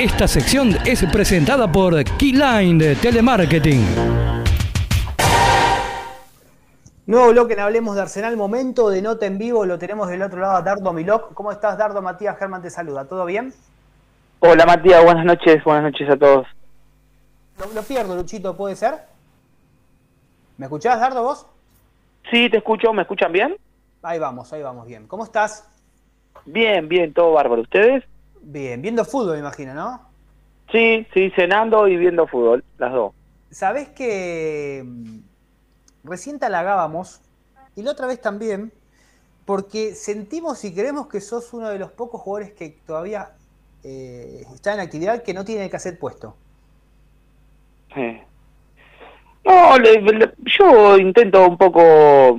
Esta sección es presentada por Keyline de Telemarketing. Nuevo bloque en Hablemos de Arsenal, momento de nota en vivo, lo tenemos del otro lado a Dardo Milok. ¿Cómo estás, Dardo? Matías Germán te saluda, ¿todo bien? Hola Matías, buenas noches a todos. Lo pierdo, Luchito, ¿puede ser? ¿Me escuchás, Dardo, vos? Sí, te escucho, ¿me escuchan bien? Ahí vamos bien. ¿Cómo estás? Bien, todo bárbaro. ¿Ustedes? Bien, viendo fútbol, me imagino, ¿no? Sí, cenando y viendo fútbol, las dos. ¿Sabés que recién te halagábamos, y la otra vez también, porque sentimos y creemos que sos uno de los pocos jugadores que todavía está en actividad que no tiene que hacer puesto? No, yo intento un poco...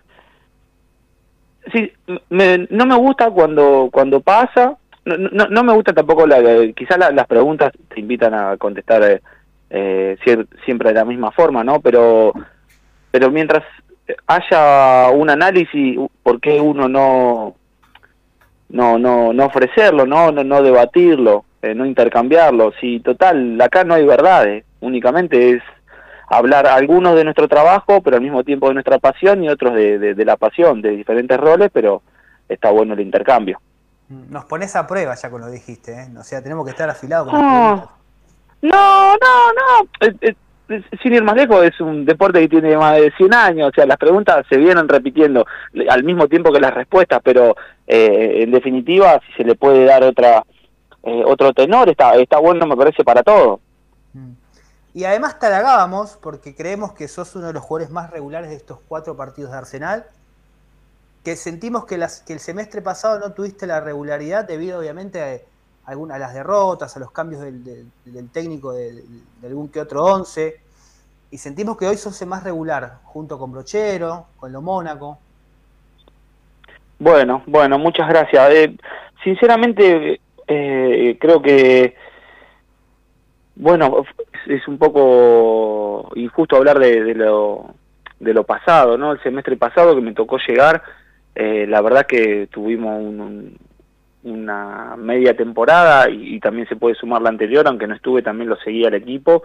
Sí, no me gusta cuando pasa, no me gusta tampoco, quizás las preguntas te invitan a contestar siempre de la misma forma, ¿no? Pero mientras haya un análisis, ¿por qué uno no ofrecerlo, no debatirlo, no intercambiarlo? Si total, acá no hay verdades, únicamente es hablar algunos de nuestro trabajo, pero al mismo tiempo de nuestra pasión, y otros de la pasión, de diferentes roles, pero está bueno el intercambio. Nos pones a prueba ya con lo dijiste, ¿eh? O sea, tenemos que estar afilados con las preguntas. No. Sin ir más lejos, es un deporte que tiene más de 100 años, o sea, las preguntas se vienen repitiendo al mismo tiempo que las respuestas, pero en definitiva, si se le puede dar otro tenor, está bueno, me parece, para todo. Y además te halagábamos porque creemos que sos uno de los jugadores más regulares de estos 4 partidos de Arsenal, que sentimos que el semestre pasado no tuviste la regularidad debido obviamente a las derrotas, a los cambios del técnico de algún que otro 11, y sentimos que hoy sos el más regular, junto con Brochero, con Lo Mónaco. Bueno, muchas gracias. Sinceramente, creo que, bueno, es un poco injusto hablar de lo pasado, ¿no? El semestre pasado que me tocó llegar, la verdad que tuvimos una media temporada, y también se puede sumar la anterior, aunque no estuve, también lo seguía el equipo,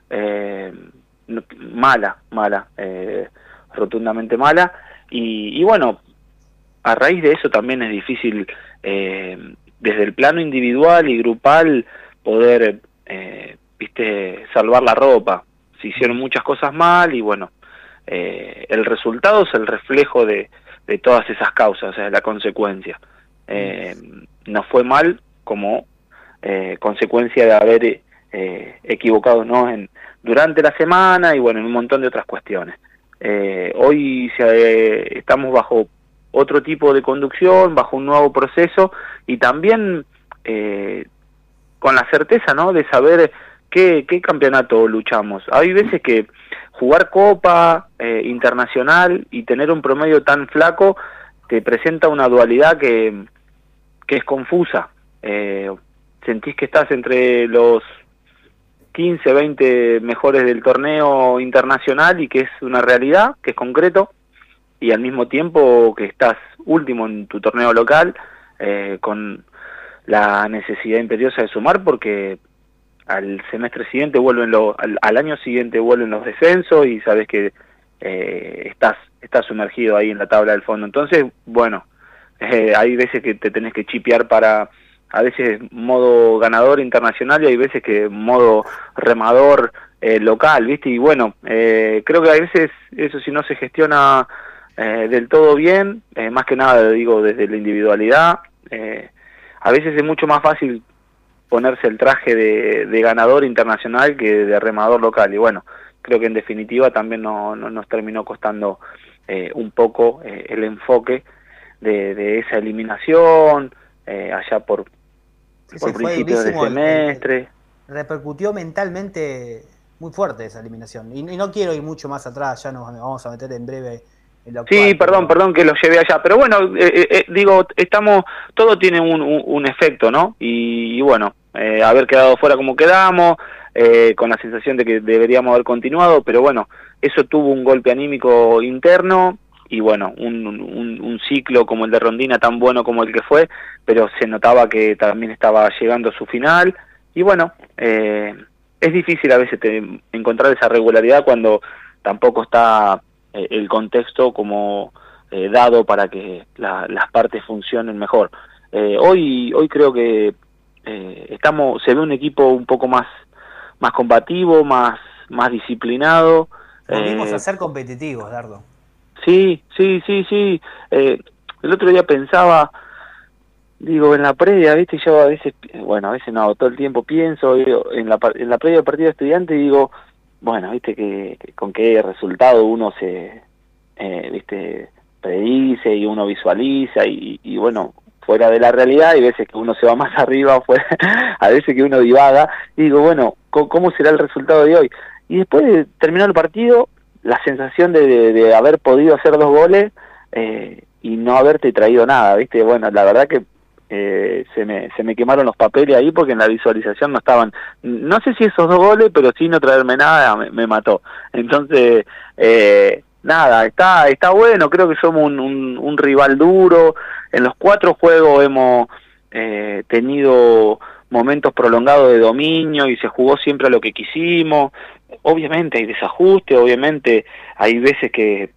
mala, rotundamente mala, y bueno, a raíz de eso también es difícil, desde el plano individual y grupal, poder salvar la ropa. Se hicieron muchas cosas mal, y bueno, el resultado es el reflejo de todas esas causas, o sea, la consecuencia. Nos fue mal como consecuencia de haber equivocado, ¿no? Durante la semana, y bueno, en un montón de otras cuestiones. Hoy estamos bajo otro tipo de conducción, bajo un nuevo proceso, y también con la certeza, ¿no?, de saber qué campeonato luchamos. Hay veces que jugar Copa Internacional y tener un promedio tan flaco te presenta una dualidad que es confusa. Sentís que estás entre los 15, 20 mejores del torneo internacional, y que es una realidad, que es concreto, y al mismo tiempo que estás último en tu torneo local, con la necesidad imperiosa de sumar, porque al semestre siguiente al año siguiente vuelven los descensos, y sabes que estás sumergido ahí en la tabla del fondo. Entonces, bueno, hay veces que te tenés que chipear para, a veces modo ganador internacional, y hay veces que modo remador local, ¿viste? Y bueno, creo que a veces eso, si no se gestiona del todo bien, más que nada digo desde la individualidad, a veces es mucho más fácil ponerse el traje de ganador internacional que de remador local, y bueno, creo que en definitiva también nos terminó costando un poco el enfoque de esa eliminación allá por principios de semestre. Repercutió mentalmente muy fuerte esa eliminación, y no quiero ir mucho más atrás, ya nos vamos a meter en breve en lo actual. Sí, perdón que lo llevé allá, pero bueno, digo, todo tiene un efecto, ¿no? Y bueno, haber quedado fuera como quedamos, con la sensación de que deberíamos haber continuado, pero bueno, eso tuvo un golpe anímico interno, y bueno, un ciclo como el de Rondina, tan bueno como el que fue, pero se notaba que también estaba llegando a su final, y bueno, es difícil a veces encontrar esa regularidad cuando tampoco está el contexto como dado para que las partes funcionen mejor. Hoy creo que se ve un equipo un poco más combativo, más disciplinado. Volvimos a ser competitivos, Dardo. Sí. El otro día pensaba, digo, en la previa, viste, yo a veces no, todo el tiempo pienso en la previa del partido de Estudiantes y digo, bueno, viste que con qué resultado uno viste, predice y uno visualiza y bueno, fuera de la realidad hay veces que uno se va más arriba, a veces que uno divaga y digo, bueno, ¿cómo será el resultado de hoy? Y después de terminar el partido, la sensación de haber podido hacer 2 goles y no haberte traído nada, viste, bueno, la verdad que se me quemaron los papeles ahí porque en la visualización no estaban, no sé si esos 2 goles, pero sí no traerme nada me mató. Entonces, nada, está bueno, creo que somos un rival duro. En los 4 juegos hemos tenido momentos prolongados de dominio y se jugó siempre a lo que quisimos. Obviamente hay desajuste, obviamente hay veces que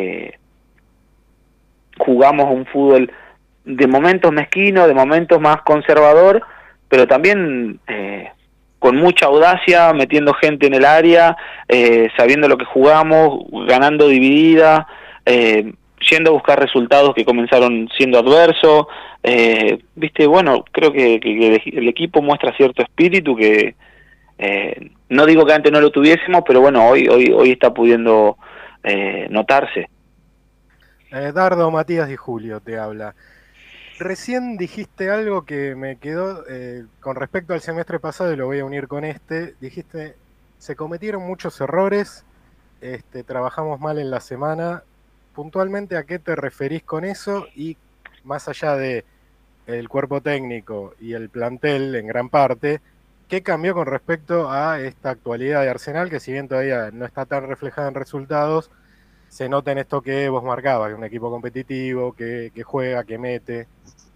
jugamos un fútbol de momentos mezquino, de momentos más conservador, pero también con mucha audacia, metiendo gente en el área, sabiendo lo que jugamos, ganando dividida, yendo a buscar resultados que comenzaron siendo adversos. Viste, bueno, creo que el equipo muestra cierto espíritu que no digo que antes no lo tuviésemos, pero bueno, hoy está pudiendo notarse. Dardo, Matías y Julio te habla. Recién dijiste algo que me quedó con respecto al semestre pasado y lo voy a unir con este. Dijiste, se cometieron muchos errores, trabajamos mal en la semana. Puntualmente, ¿a qué te referís con eso? Y más allá de el cuerpo técnico y el plantel en gran parte, ¿qué cambió con respecto a esta actualidad de Arsenal, que si bien todavía no está tan reflejada en resultados, se nota en esto que vos marcabas, que es un equipo competitivo, que juega, que mete?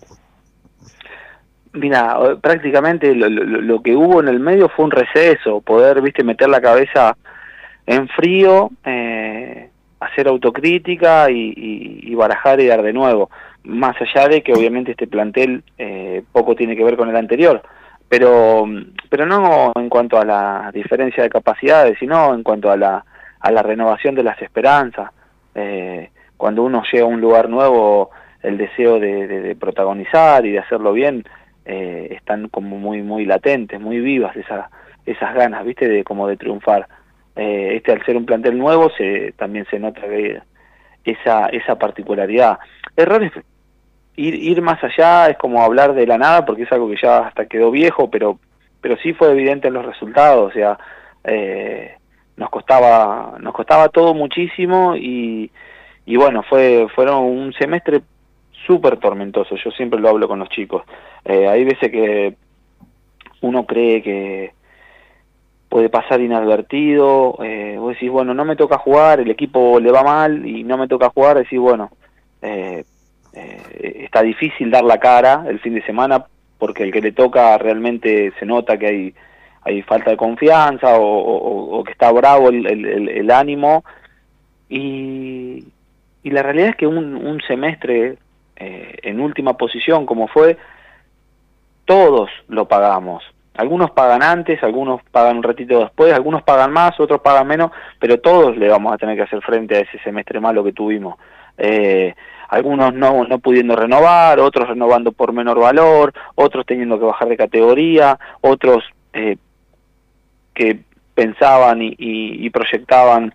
Mira, prácticamente lo que hubo en el medio fue un receso, poder, viste, meter la cabeza en frío, hacer autocrítica y barajar y dar de nuevo. Más allá de que obviamente este plantel poco tiene que ver con el anterior, pero no en cuanto a la diferencia de capacidades, sino en cuanto a la renovación de las esperanzas. Cuando uno llega a un lugar nuevo, el deseo de protagonizar y de hacerlo bien están como muy latentes, muy vivas esas ganas, viste, como de triunfar. Al ser un plantel nuevo también se nota que esa particularidad. Errores, ir más allá es como hablar de la nada porque es algo que ya hasta quedó viejo, pero sí fue evidente en los resultados. O sea, nos costaba todo muchísimo y bueno, fueron un semestre súper tormentoso. Yo siempre lo hablo con los chicos. Hay veces que uno cree que puede pasar inadvertido, vos decís, bueno, no me toca jugar, el equipo le va mal y no me toca jugar, decís, bueno, está difícil dar la cara el fin de semana porque el que le toca realmente se nota que hay falta de confianza o que está bravo el ánimo y la realidad es que un semestre en última posición como fue, todos lo pagamos. Algunos pagan antes, algunos pagan un ratito después, algunos pagan más, otros pagan menos, pero todos le vamos a tener que hacer frente a ese semestre malo que tuvimos. Algunos no pudiendo renovar, otros renovando por menor valor, otros teniendo que bajar de categoría, otros que pensaban y proyectaban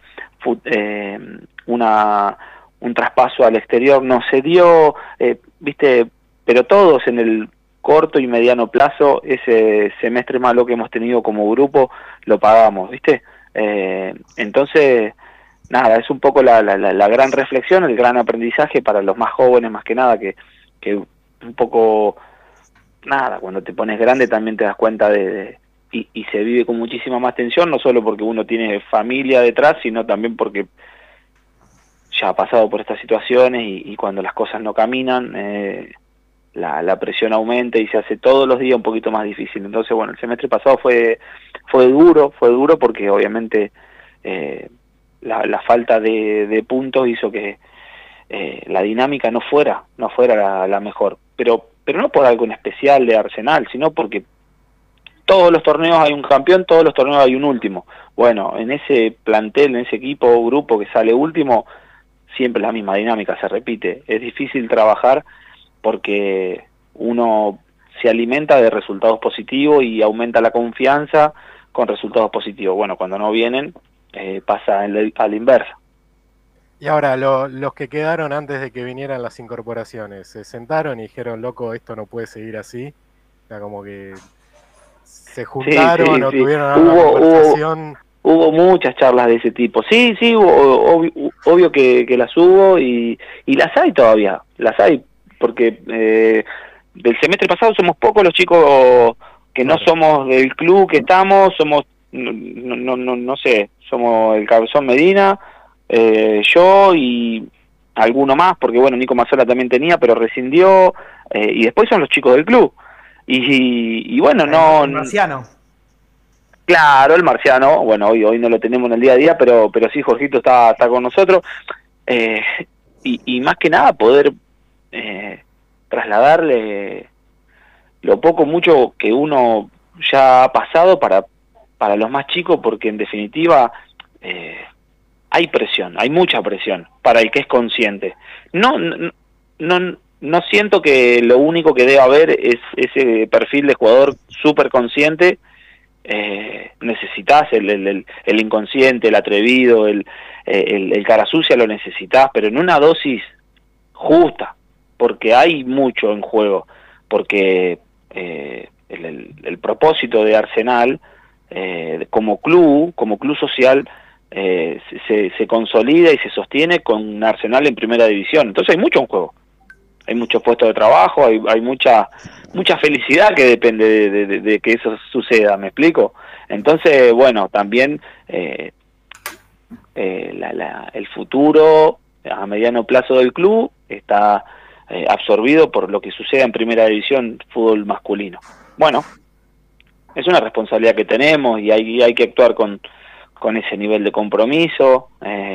un traspaso al exterior, no se dio, viste, pero todos en el corto y mediano plazo, ese semestre malo que hemos tenido como grupo, lo pagamos, ¿viste? Entonces, nada, es un poco la gran reflexión, el gran aprendizaje para los más jóvenes, más que nada, que un poco, nada, cuando te pones grande también te das cuenta y se vive con muchísima más tensión, no solo porque uno tiene familia detrás, sino también porque ya ha pasado por estas situaciones y cuando las cosas no caminan, la presión aumenta y se hace todos los días un poquito más difícil. Entonces, bueno, el semestre pasado fue duro porque obviamente la falta de puntos hizo que la dinámica no fuera la mejor, pero no por algo en especial de Arsenal, sino porque todos los torneos hay un campeón, todos los torneos hay un último. Bueno, en ese plantel, en ese equipo o grupo que sale último, siempre la misma dinámica se repite. Es difícil trabajar porque uno se alimenta de resultados positivos y aumenta la confianza con resultados positivos. Bueno, cuando no vienen, pasa a la inversa. Y ahora, los que quedaron antes de que vinieran las incorporaciones, ¿se sentaron y dijeron, loco, esto no puede seguir así? O sea, como que se juntaron o tuvieron una conversación. Hubo muchas charlas de ese tipo. Sí, obvio que las hubo y las hay todavía, las hay, porque del semestre pasado somos pocos los chicos que no somos del club que estamos, somos, no sé, somos el Cabezón Medina, yo y alguno más, porque bueno, Nico Mazzola también tenía, pero rescindió, y después son los chicos del club. Y bueno, el Marciano. Claro, el Marciano, bueno, hoy no lo tenemos en el día a día, pero sí, Jorgito está con nosotros, y más que nada poder trasladarle lo poco mucho que uno ya ha pasado para los más chicos, porque en definitiva hay presión, hay mucha presión para el que es consciente. No siento que lo único que debe haber es ese perfil de jugador súper consciente. Necesitas el inconsciente, el atrevido, el cara sucia, lo necesitas, pero en una dosis justa, porque hay mucho en juego, porque el propósito de Arsenal como club social se consolida y se sostiene con Arsenal en primera división. Entonces hay mucho en juego, hay muchos puestos de trabajo, hay mucha felicidad que depende de que eso suceda, ¿me explico? Entonces, bueno, también el futuro a mediano plazo del club está absorbido por lo que suceda en primera división fútbol masculino. Bueno, es una responsabilidad que tenemos y hay que actuar con ese nivel de compromiso.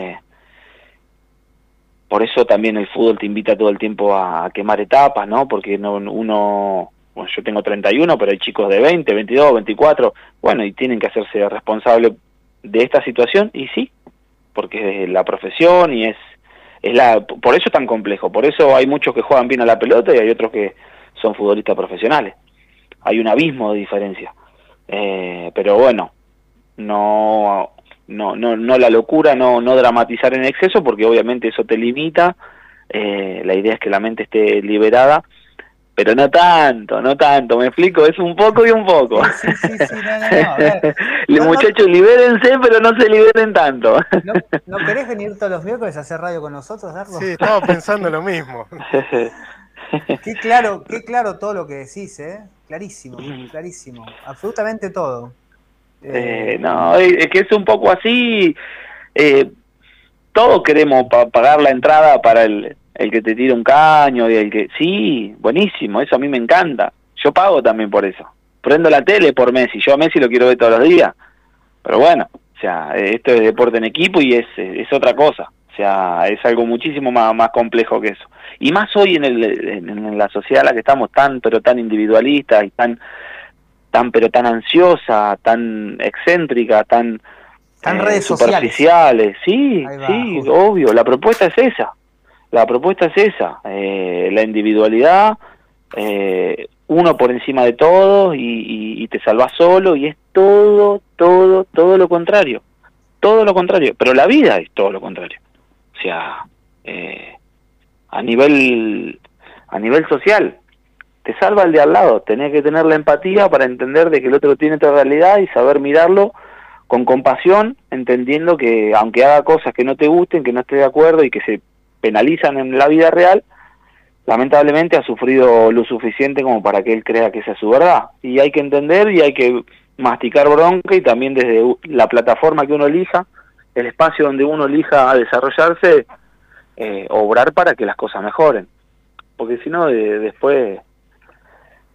Por eso también el fútbol te invita todo el tiempo a quemar etapas, ¿no? Porque bueno, yo tengo 31, pero hay chicos de 20, 22, 24, bueno, y tienen que hacerse responsables de esta situación, y sí, porque es la profesión y por eso es tan complejo, por eso hay muchos que juegan bien a la pelota y hay otros que son futbolistas profesionales. Hay un abismo de diferencia. Pero bueno, no la locura, no dramatizar en exceso, porque obviamente eso te limita. La idea es que la mente esté liberada, pero no tanto, ¿me explico? Es un poco y un poco. Sí, no, a ver. Los muchachos, libérense, pero no se liberen tanto. ¿No querés venir todos los miércoles a hacer radio con nosotros, Dardo? Sí, estaba pensando lo mismo. Qué claro todo lo que decís, clarísimo, absolutamente todo. No, es que es un poco así. Todos queremos pagar la entrada para el que te tira un caño y el que... Sí, buenísimo, eso a mí me encanta. Yo pago también por eso. Prendo la tele por Messi, yo a Messi lo quiero ver todos los días. Pero bueno, o sea, esto es deporte en equipo y es otra cosa. O sea, es algo muchísimo más complejo que eso. Y más hoy en la sociedad en la que estamos pero tan individualista y tan ansiosa, tan excéntrica, tan redes superficiales. Sí, justo. obvio, la propuesta es esa. La individualidad, uno por encima de todos y te salvás solo, y es todo lo contrario. Todo lo contrario, pero la vida es todo lo contrario. O sea, a nivel social, te salva el de al lado. Tenés que tener la empatía para entender de que el otro tiene otra realidad y saber mirarlo con compasión, entendiendo que aunque haga cosas que no te gusten, que no estés de acuerdo y que se penalizan en la vida real, lamentablemente ha sufrido lo suficiente como para que él crea que esa es su verdad. Y hay que entender y hay que masticar bronca, y también desde la plataforma que uno elija, el espacio donde uno elija desarrollarse, obrar para que las cosas mejoren. Porque si no, después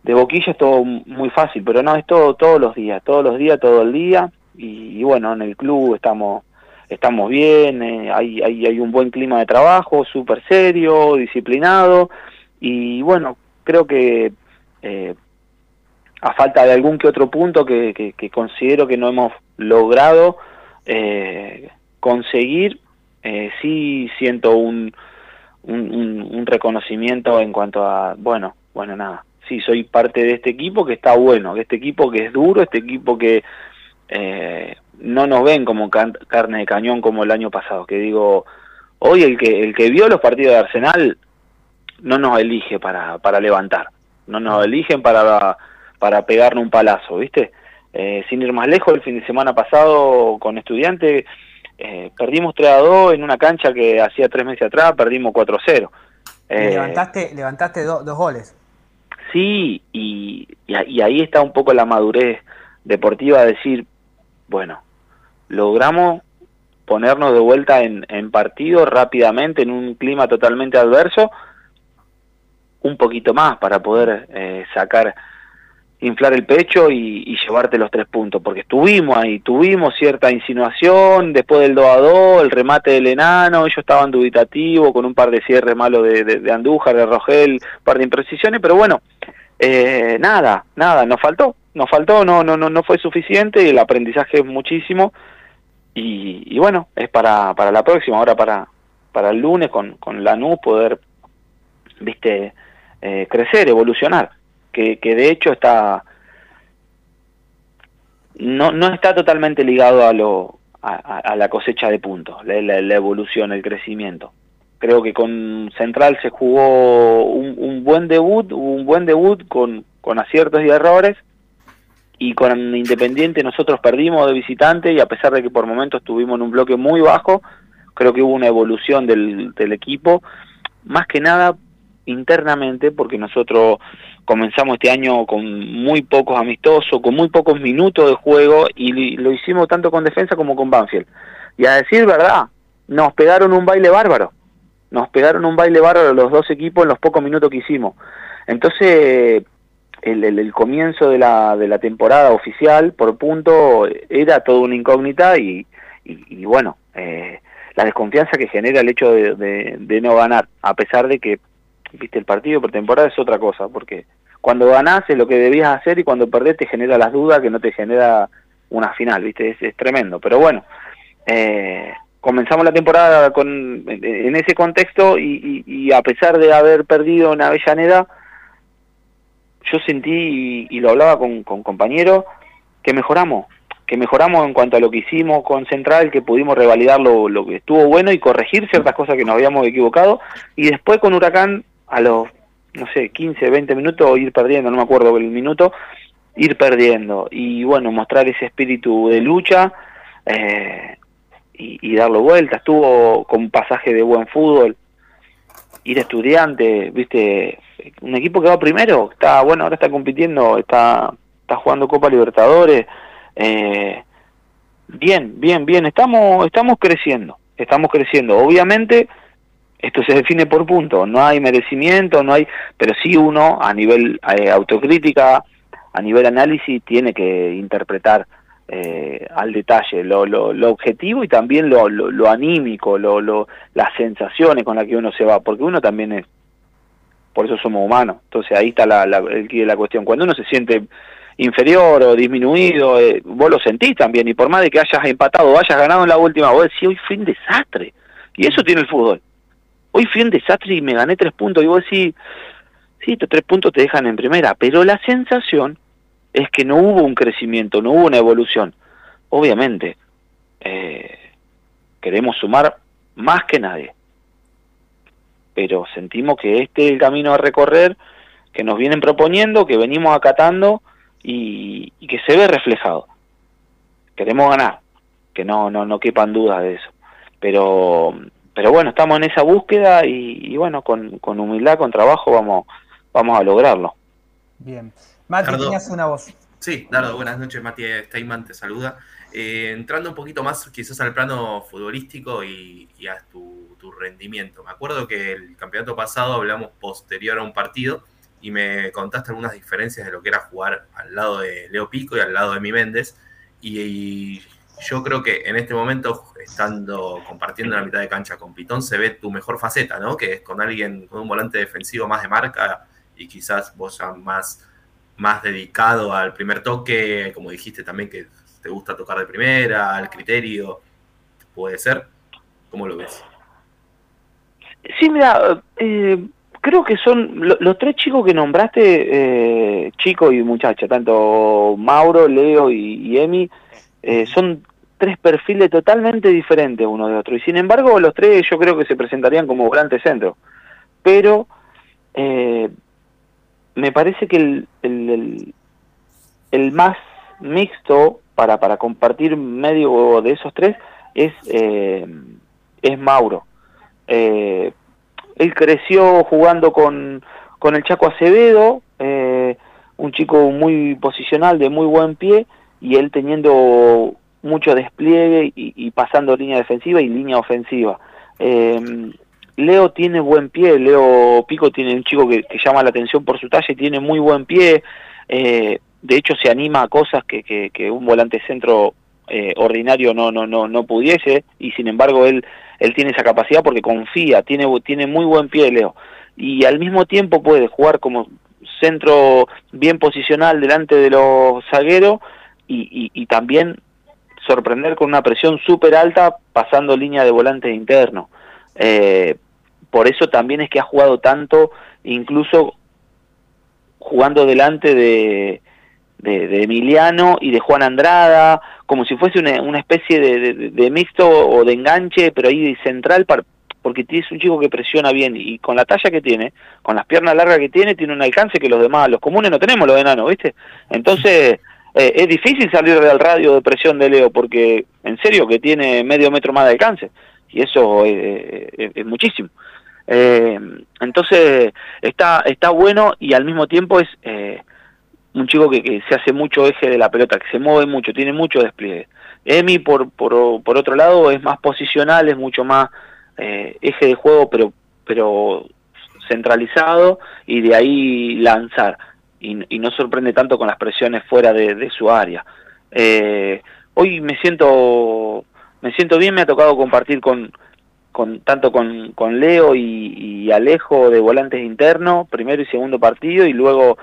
de boquilla es todo muy fácil, pero no, es todo todos los días, todo el día, y bueno, en el club estamos bien, hay un buen clima de trabajo, súper serio, disciplinado, y bueno, creo que a falta de algún que otro punto que considero que no hemos logrado conseguir, sí siento un reconocimiento en cuanto a, bueno, nada, sí, soy parte de este equipo que está bueno, de este equipo que es duro, este equipo que no nos ven como carne de cañón como el año pasado, que digo, hoy el que vio los partidos de Arsenal no nos elige para levantar, no nos eligen para pegarnos un palazo, ¿viste? Sin ir más lejos, el fin de semana pasado con Estudiantes perdimos 3-2 en una cancha que hacía 3 meses atrás perdimos 4-0. Levantaste dos goles. Sí, y ahí está un poco la madurez deportiva, de decir, bueno, logramos ponernos de vuelta en partido rápidamente, en un clima totalmente adverso, un poquito más para poder inflar el pecho y llevarte los 3 puntos, porque estuvimos ahí, tuvimos cierta insinuación, después del 2-2, el remate del enano, ellos estaban dubitativos, con un par de cierres malos de Andújar, de Rogel, un par de imprecisiones, pero bueno, nada, nos faltó, no fue suficiente, el aprendizaje es muchísimo, y bueno, es para la próxima, ahora para el lunes con Lanús poder, viste, crecer, evolucionar, que de hecho no está totalmente ligado a la cosecha de puntos, la evolución, el crecimiento. Creo que con Central se jugó un buen debut con aciertos y errores, y con Independiente nosotros perdimos de visitante, y a pesar de que por momentos estuvimos en un bloque muy bajo, creo que hubo una evolución del equipo, más que nada internamente, porque nosotros comenzamos este año con muy pocos amistosos, con muy pocos minutos de juego, y lo hicimos tanto con defensa como con Banfield. Y a decir verdad, nos pegaron un baile bárbaro los dos equipos en los pocos minutos que hicimos. Entonces, el comienzo de la temporada oficial por punto era toda una incógnita, y bueno, la desconfianza que genera el hecho de no ganar, a pesar de que, viste, el partido por temporada es otra cosa, porque cuando ganás es lo que debías hacer, y cuando perdés te genera las dudas que no te genera una final, viste, es tremendo. Pero bueno, comenzamos la temporada en ese contexto, y a pesar de haber perdido en Avellaneda, yo sentí, y lo hablaba con compañeros, que mejoramos en cuanto a lo que hicimos con Central, que pudimos revalidar lo que estuvo bueno y corregir ciertas cosas que nos habíamos equivocado, y después con Huracán a los, no sé, 15, 20 minutos ir perdiendo, no me acuerdo el minuto, ir perdiendo, y bueno, mostrar ese espíritu de lucha, y darlo vuelta. Estuvo con un pasaje de buen fútbol, ir a Estudiantes, viste, un equipo que va primero, está bueno, ahora está compitiendo, está jugando Copa Libertadores, bien, estamos creciendo, obviamente esto se define por puntos, no hay merecimiento, pero sí uno a nivel autocrítica, a nivel análisis, tiene que interpretar al detalle lo objetivo, y también lo anímico, las sensaciones con las que uno se va, porque uno también es, por eso somos humanos. Entonces ahí está el quid de la cuestión. Cuando uno se siente inferior o disminuido, vos lo sentís también, y por más de que hayas empatado o hayas ganado en la última, vos decís, hoy fue un desastre, y eso tiene el fútbol. Hoy fui un desastre y me gané 3 puntos, y vos decís, sí, estos 3 puntos te dejan en primera, pero la sensación es que no hubo un crecimiento, no hubo una evolución. Obviamente, queremos sumar más que nadie, pero sentimos que este es el camino a recorrer, que nos vienen proponiendo, que venimos acatando, y que se ve reflejado. Queremos ganar, que no quepan dudas de eso, pero bueno, estamos en esa búsqueda, y bueno, con humildad, con trabajo vamos a lograrlo. Bien. Mati, Dardo, tenías una voz. Sí, Dardo, buenas noches. Mati Steinman te saluda. Entrando un poquito más quizás al plano futbolístico y a tu rendimiento. Me acuerdo que el campeonato pasado hablamos posterior a un partido y me contaste algunas diferencias de lo que era jugar al lado de Leo Pico y al lado de Emi Méndez, y yo creo que en este momento, compartiendo la mitad de cancha con Pitón, se ve tu mejor faceta, ¿no? Que es con alguien, con un volante defensivo más de marca, y quizás vos ya más dedicado al primer toque, como dijiste también que te gusta tocar de primera, al criterio, ¿puede ser? ¿Cómo lo ves? Sí, mira, creo que son los tres chicos que nombraste, chico y muchacha, tanto Mauro, Leo y Emi, son tres perfiles totalmente diferentes uno de otro, y sin embargo los tres yo creo que se presentarían como volante centro, pero me parece que el más mixto para compartir medio de esos tres es Mauro. Él creció jugando con el Chaco Acevedo, un chico muy posicional, de muy buen pie, y él teniendo mucho despliegue y pasando línea defensiva y línea ofensiva. Leo tiene buen pie, Leo Pico tiene un chico que llama la atención por su talla y tiene muy buen pie, de hecho se anima a cosas que un volante centro ordinario no pudiese, y sin embargo él tiene esa capacidad porque confía, tiene muy buen pie Leo, y al mismo tiempo puede jugar como centro bien posicional delante de los zagueros y también sorprender con una presión súper alta pasando línea de volante interno. Por eso también es que ha jugado tanto, incluso jugando delante de Emiliano y de Juan Andrada, como si fuese una especie de mixto o de enganche, pero ahí central, porque es un chico que presiona bien, y con la talla que tiene, con las piernas largas que tiene un alcance que los comunes no tenemos, los enanos, ¿viste? Entonces es difícil salir del radio de presión de Leo, porque en serio que tiene medio metro más de alcance, y eso es muchísimo. Entonces está bueno, y al mismo tiempo es un chico que se hace mucho eje de la pelota, que se mueve mucho, tiene mucho despliegue. Emi por otro lado es más posicional, es mucho más eje de juego, pero centralizado, y de ahí lanzar, y no sorprende tanto con las presiones fuera de su área. Hoy me siento bien, me ha tocado compartir tanto con Leo y Alejo de volantes internos, primero y segundo partido, y luego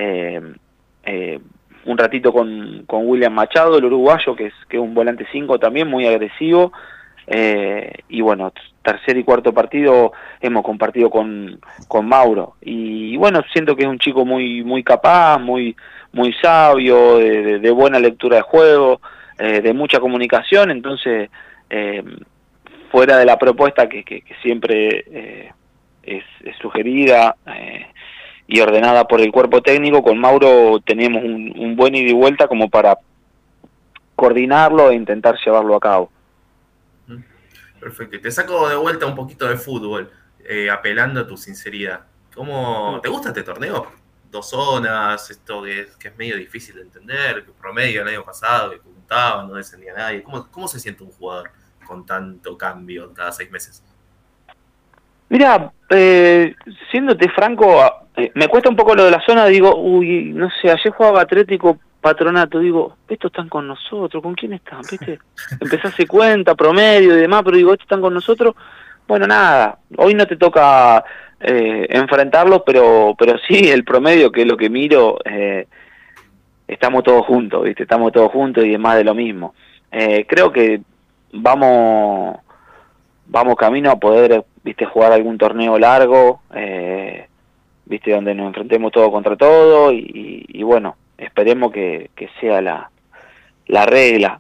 un ratito con William Machado, el uruguayo, que es un volante 5 también, muy agresivo, y bueno, tercer y cuarto partido hemos compartido con Mauro, y bueno, siento que es un chico muy capaz, muy sabio, de buena lectura de juego, de mucha comunicación. Entonces fuera de la propuesta que siempre es sugerida y ordenada por el cuerpo técnico, con Mauro teníamos un buen ida y vuelta como para coordinarlo e intentar llevarlo a cabo. Perfecto. Y te saco de vuelta un poquito de fútbol, apelando a tu sinceridad. ¿Cómo te gusta este torneo? 2 zonas, esto que es medio difícil de entender, que promedio el año pasado, que juntaban, no descendía nadie. ¿Cómo se siente un jugador con tanto cambio cada 6 meses? Mira, siéndote franco, me cuesta un poco lo de la zona. Digo, no sé, ayer jugaba Atlético Patronato, digo, estos están con nosotros, ¿con quién están? ¿Viste? Empecé a hacer cuenta, promedio y demás, pero digo, estos están con nosotros. Bueno, nada, hoy no te toca enfrentarlos, pero sí el promedio, que es lo que miro, estamos todos juntos, ¿viste? Estamos todos juntos y es más de lo mismo. Creo que vamos camino a poder, ¿viste? Jugar algún torneo largo, ¿viste? Donde nos enfrentemos todo contra todo, y bueno, esperemos que sea la regla.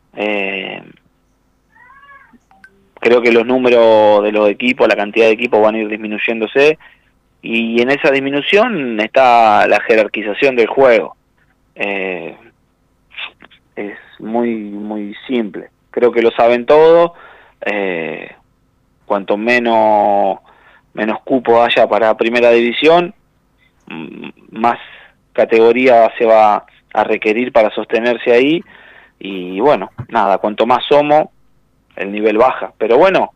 Creo que los números de los equipos, la cantidad de equipos van a ir disminuyéndose, y en esa disminución está la jerarquización del juego. Es muy simple. Creo que lo saben todos. Cuanto menos cupo haya para primera división, más categoría se va a requerir para sostenerse ahí, y bueno, nada, cuanto más somos, el nivel baja, pero bueno,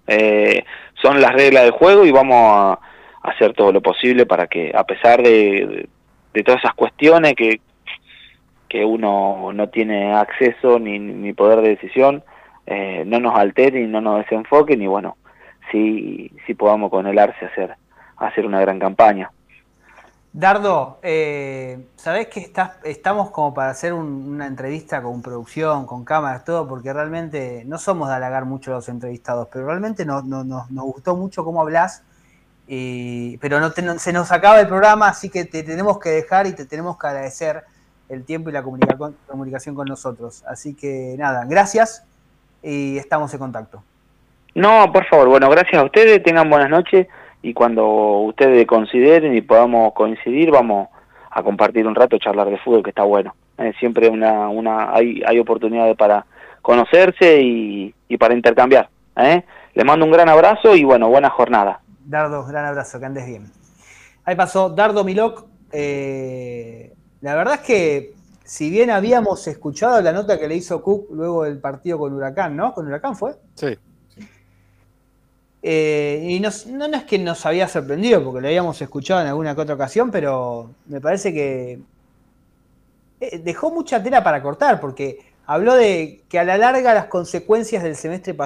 son las reglas del juego, y vamos a hacer todo lo posible para que, a pesar de de todas esas cuestiones que uno no tiene acceso ni poder de decisión, no nos alteren y no nos desenfoquen, y bueno, sí podamos con el Arce hacer una gran campaña. Dardo, ¿sabés que estamos como para hacer una entrevista con producción, con cámaras, todo? Porque realmente no somos de halagar mucho a los entrevistados, pero realmente nos gustó mucho cómo hablás, pero se nos acaba el programa, así que te tenemos que dejar y te tenemos que agradecer el tiempo y la comunicación con nosotros. Así que nada, gracias y estamos en contacto. No, por favor, bueno, gracias a ustedes, tengan buenas noches, y cuando ustedes consideren y podamos coincidir, vamos a compartir un rato, charlar de fútbol, que está bueno. Siempre hay oportunidades para conocerse y para intercambiar. Les mando un gran abrazo y bueno, buena jornada. Dardo, gran abrazo, que andes bien. Ahí pasó Dardo Milok. La verdad es que, si bien habíamos escuchado la nota que le hizo Cook luego del partido con Huracán, ¿no? ¿Con Huracán fue? Sí. Y no es que nos había sorprendido, porque lo habíamos escuchado en alguna que otra ocasión, pero me parece que dejó mucha tela para cortar, porque habló de que a la larga las consecuencias del semestre pasado